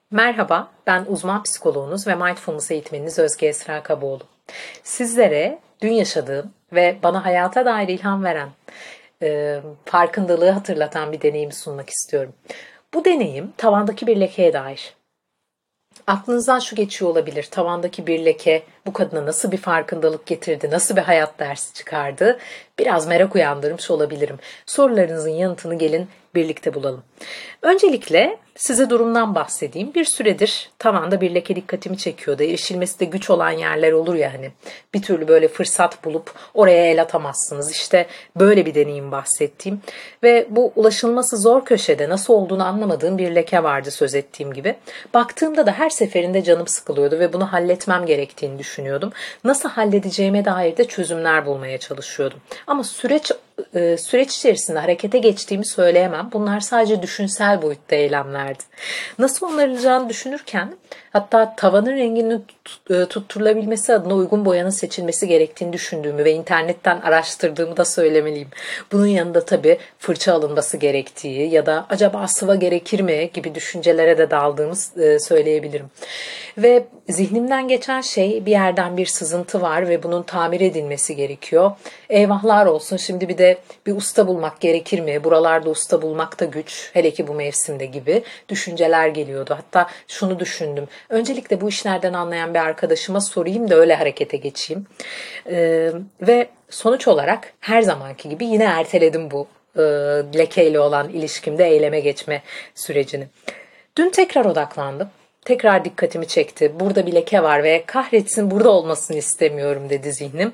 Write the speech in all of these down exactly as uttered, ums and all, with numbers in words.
Merhaba, ben uzman psikoloğunuz ve mindfulness eğitmeniniz Özge Esra Kaboğlu. Sizlere dün yaşadığım ve bana hayata dair ilham veren, e, farkındalığı hatırlatan bir deneyimi sunmak istiyorum. Bu deneyim tavandaki bir lekeye dair. Aklınızdan şu geçiyor olabilir. Tavandaki bir leke bu kadına nasıl bir farkındalık getirdi, nasıl bir hayat dersi çıkardı? Biraz merak uyandırmış olabilirim. Sorularınızın yanıtını gelin birlikte bulalım. Öncelikle size durumdan bahsedeyim. Bir süredir tavanda bir leke dikkatimi çekiyordu. Erişilmesi de güç olan yerler olur ya hani. Bir türlü böyle fırsat bulup oraya el atamazsınız. İşte böyle bir deneyim bahsettiğim. Ve bu ulaşılması zor köşede nasıl olduğunu anlamadığım bir leke vardı söz ettiğim gibi. Baktığımda da her seferinde canım sıkılıyordu ve bunu halletmem gerektiğini düşünüyordum. Nasıl halledeceğime dair de çözümler bulmaya çalışıyordum. Ama süreç süreç içerisinde harekete geçtiğimi söyleyemem. Bunlar sadece düşünsel boyutta eylemlerdi. Nasıl onarılacağını düşünürken hatta tavanın renginin tutturulabilmesi adına uygun boyanın seçilmesi gerektiğini düşündüğümü ve internetten araştırdığımı da söylemeliyim. Bunun yanında tabii fırça alınması gerektiği ya da acaba sıva gerekir mi gibi düşüncelere de daldığımı söyleyebilirim. Ve zihnimden geçen şey bir yerden bir sızıntı var ve bunun tamir edilmesi gerekiyor. Eyvahlar olsun, şimdi bir de bir usta bulmak gerekir mi? Buralarda usta bulmak da güç, hele ki bu mevsimde gibi düşünceler geliyordu. Hatta şunu düşündüm. Öncelikle bu işlerden anlayan bir arkadaşıma sorayım da öyle harekete geçeyim. Ee, ve sonuç olarak her zamanki gibi yine erteledim bu e, lekeyle olan ilişkimde eyleme geçme sürecini. Dün tekrar odaklandım. Tekrar dikkatimi çekti. Burada bir leke var ve kahretsin burada olmasını istemiyorum dedi zihnim.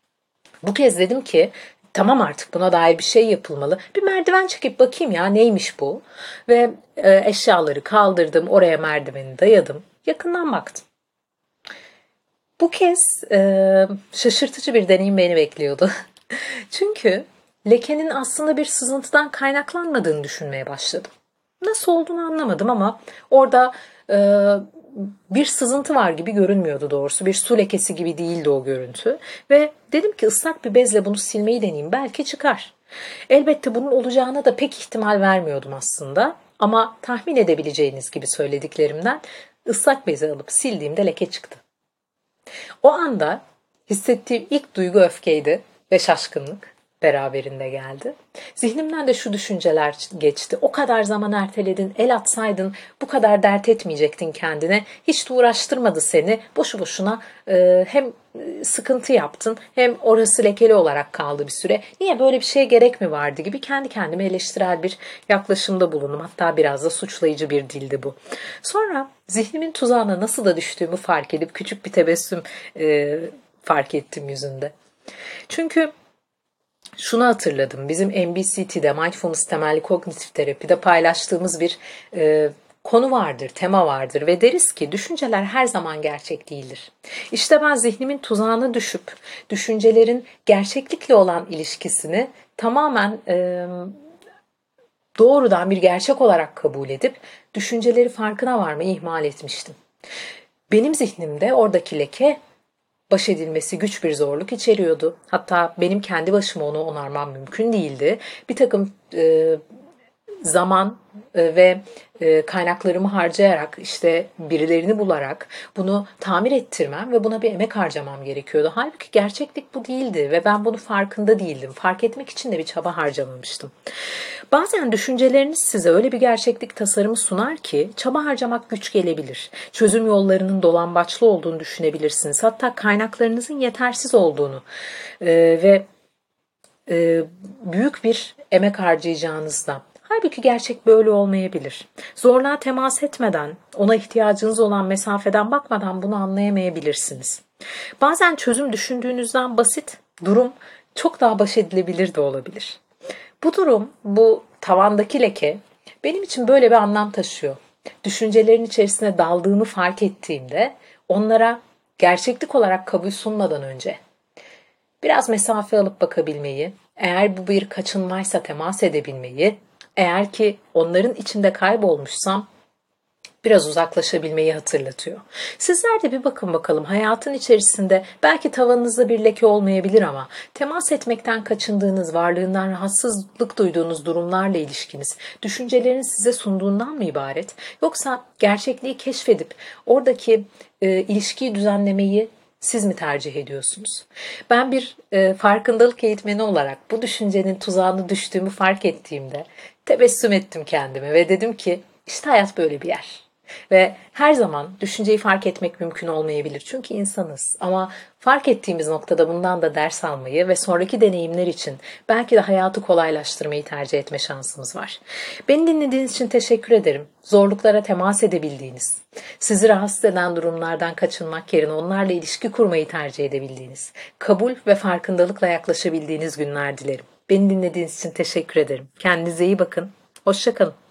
Bu kez dedim ki tamam, artık buna dair bir şey yapılmalı. Bir merdiven çekip bakayım ya neymiş bu. Ve e, eşyaları kaldırdım, oraya merdiveni dayadım. Yakından baktım. Bu kez e, şaşırtıcı bir deneyim beni bekliyordu. Çünkü lekenin aslında bir sızıntıdan kaynaklanmadığını düşünmeye başladım. Nasıl olduğunu anlamadım ama orada e, bir sızıntı var gibi görünmüyordu doğrusu. Bir su lekesi gibi değildi o görüntü. Ve dedim ki ıslak bir bezle bunu silmeyi deneyeyim, belki çıkar. Elbette bunun olacağına da pek ihtimal vermiyordum aslında. Ama tahmin edebileceğiniz gibi söylediklerimden ıslak bezi alıp sildiğimde leke çıktı. O anda hissettiğim ilk duygu öfkeydi ve şaşkınlık beraberinde geldi. Zihnimden de şu düşünceler geçti. O kadar zaman erteledin, el atsaydın bu kadar dert etmeyecektin kendine. Hiç de uğraştırmadı seni. Boşu boşuna e, hem sıkıntı yaptın hem orası lekeli olarak kaldı bir süre. Niye, böyle bir şeye gerek mi vardı gibi kendi kendime eleştirel bir yaklaşımda bulundum. Hatta biraz da suçlayıcı bir dildi bu. Sonra zihnimin tuzağına nasıl da düştüğümü fark edip küçük bir tebessüm e, fark ettim yüzünde. Çünkü şunu hatırladım. Bizim M B C T'de, Mindfulness Temelli Kognitif Terapi'de paylaştığımız bir e, konu vardır, tema vardır ve deriz ki düşünceler her zaman gerçek değildir. İşte ben zihnimin tuzağına düşüp düşüncelerin gerçeklikle olan ilişkisini tamamen e, doğrudan bir gerçek olarak kabul edip düşünceleri farkına varmayı ihmal etmiştim. Benim zihnimde oradaki leke baş edilmesi güç bir zorluk içeriyordu. Hatta benim kendi başıma onu onarmam mümkün değildi. Bir takım e, zaman e, ve e, kaynaklarımı harcayarak, işte birilerini bularak bunu tamir ettirmem ve buna bir emek harcamam gerekiyordu. Halbuki gerçeklik bu değildi ve ben bunu farkında değildim. Fark etmek için de bir çaba harcamamıştım. Bazen düşünceleriniz size öyle bir gerçeklik tasarımı sunar ki çaba harcamak güç gelebilir. Çözüm yollarının dolambaçlı olduğunu düşünebilirsiniz. Hatta kaynaklarınızın yetersiz olduğunu e, ve e, büyük bir emek harcayacağınızdan. Halbuki gerçek böyle olmayabilir. Zorluğa temas etmeden, ona ihtiyacınız olan mesafeden bakmadan bunu anlayamayabilirsiniz. Bazen çözüm düşündüğünüzden basit, durum çok daha baş edilebilir de olabilir. Bu durum, bu tavandaki leke benim için böyle bir anlam taşıyor. Düşüncelerin içerisine daldığımı fark ettiğimde onlara gerçeklik olarak kabul sunmadan önce biraz mesafe alıp bakabilmeyi, eğer bu bir kaçınmaysa temas edebilmeyi, eğer ki onların içinde kaybolmuşsam biraz uzaklaşabilmeyi hatırlatıyor. Sizler de bir bakın bakalım, hayatın içerisinde belki tavanınızda bir leke olmayabilir ama temas etmekten kaçındığınız, varlığından rahatsızlık duyduğunuz durumlarla ilişkiniz, düşüncelerin size sunduğundan mı ibaret? Yoksa gerçekliği keşfedip oradaki e, ilişkiyi düzenlemeyi siz mi tercih ediyorsunuz? Ben bir e, farkındalık eğitmeni olarak bu düşüncenin tuzağına düştüğümü fark ettiğimde tebessüm ettim kendime ve dedim ki işte hayat böyle bir yer. Ve her zaman düşünceyi fark etmek mümkün olmayabilir. Çünkü insanız. Ama fark ettiğimiz noktada bundan da ders almayı ve sonraki deneyimler için belki de hayatı kolaylaştırmayı tercih etme şansımız var. Beni dinlediğiniz için teşekkür ederim. Zorluklara temas edebildiğiniz, sizi rahatsız eden durumlardan kaçınmak yerine onlarla ilişki kurmayı tercih edebildiğiniz, kabul ve farkındalıkla yaklaşabildiğiniz günler dilerim. Beni dinlediğiniz için teşekkür ederim. Kendinize iyi bakın. Hoşça kalın.